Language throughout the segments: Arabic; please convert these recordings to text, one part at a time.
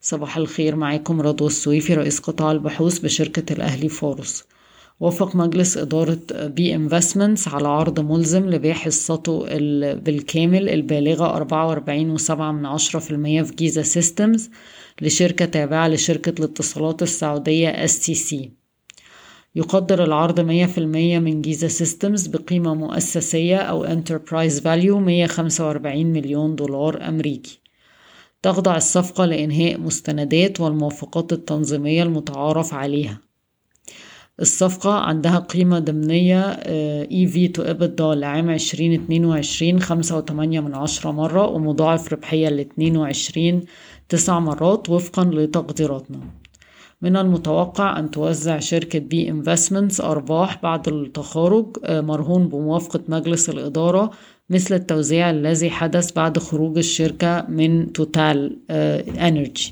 صباح الخير، معاكم رضوى السويفي رئيس قطاع البحوث بشركة الأهلي فورس. وافق مجلس إدارة بي انفستمنتس على عرض ملزم لبيع حصته بالكامل البالغة 44.7% في جيزة سيستمز لشركة تابعة لشركة الاتصالات السعودية STC. يقدر العرض 100% من جيزة سيستمز بقيمة مؤسسية أو Enterprise Value 145 مليون دولار أمريكي. تخضع الصفقة لإنهاء مستندات والموافقات التنظيمية المتعارف عليها. الصفقة عندها قيمة ضمنية EV to EBITDA لعام 2022 5.8 مرة، ومضاعف ربحية ل 22 9 مرات وفقا لتقديراتنا. من المتوقع أن توزع شركة بي انفستمنتس أرباح بعد التخارج مرهون بموافقة مجلس الإدارة، مثل التوزيع الذي حدث بعد خروج الشركة من توتال انرجي.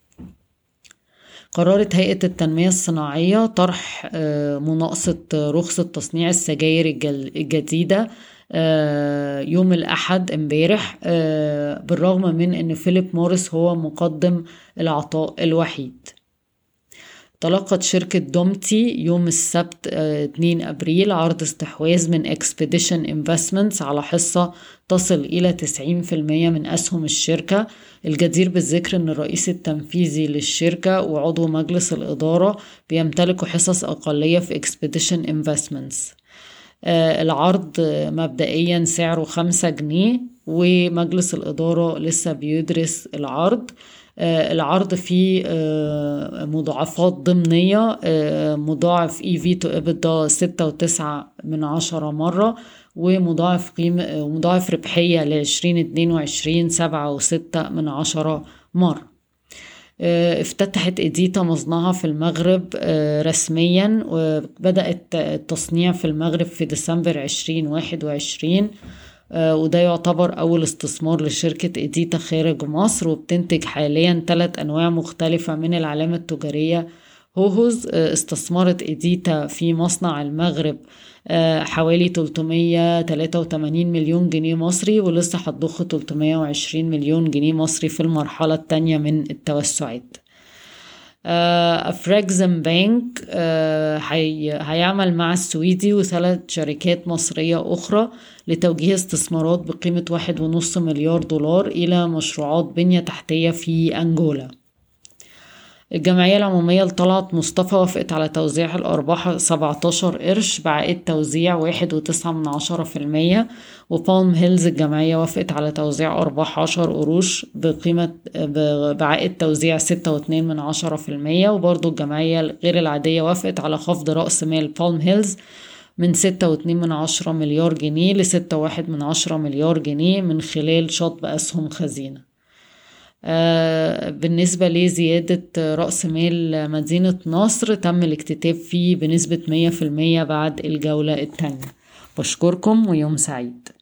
قررت هيئة التنمية الصناعية طرح مناقصة رخصة تصنيع السجاير الجديدة يوم الأحد امبارح، بالرغم من أن فيليب موريس هو مقدم العطاء الوحيد. تلقت شركة دومتي يوم السبت 2 أبريل عرض استحواذ من اكسبيديشن انفستمنتس على حصة تصل إلى 90% من أسهم الشركة. الجدير بالذكر أن الرئيس التنفيذي للشركة وعضو مجلس الإدارة بيمتلكوا حصص أقلية في اكسبيديشن انفستمنتس. العرض مبدئيا سعره 5 جنيه، ومجلس الإدارة لسه بيدرس العرض. العرض فيه مضاعفات ضمنية، مضاعف EV to EBITDA 6.9 مرة، ومضاعف ربحية ل 2022 7.6 مرة. افتتحت إديتا مصنعها في المغرب رسميا، وبدأت التصنيع في المغرب في ديسمبر 2021، وده يعتبر أول استثمار لشركة إديتا خارج مصر، وبتنتج حاليا 3 أنواع مختلفة من العلامة التجارية هوهوز. استثمرت إديتا في مصنع المغرب حوالي 383 مليون جنيه مصري، ولسه هتضخ 320 مليون جنيه مصري في المرحلة الثانية من التوسعات. أفراكزم بانك هيعمل مع السويدي و3 شركات مصرية أخرى لتوجيه استثمارات بقيمة 1.5 مليار دولار إلى مشروعات بنية تحتية في أنجولا. الجمعية العمومية لطلعت مصطفى وافقت على توزيع الأرباح 17 قرش بعائد توزيع 1.9%، وبالم هيلز الجمعية وافقت على توزيع أرباح 10 قروش بعائد توزيع 6.2%، وبرضو الجمعية غير العادية وافقت على خفض رأس مال بالم هيلز من 6.2 مليار جنيه ل 6.1 مليار جنيه من خلال شطب أسهم خزينة. بالنسبة لزيادة رأس مال مدينة نصر تم الاكتتاب فيه بنسبة 100% بعد الجولة الثانية. بشكركم ويوم سعيد.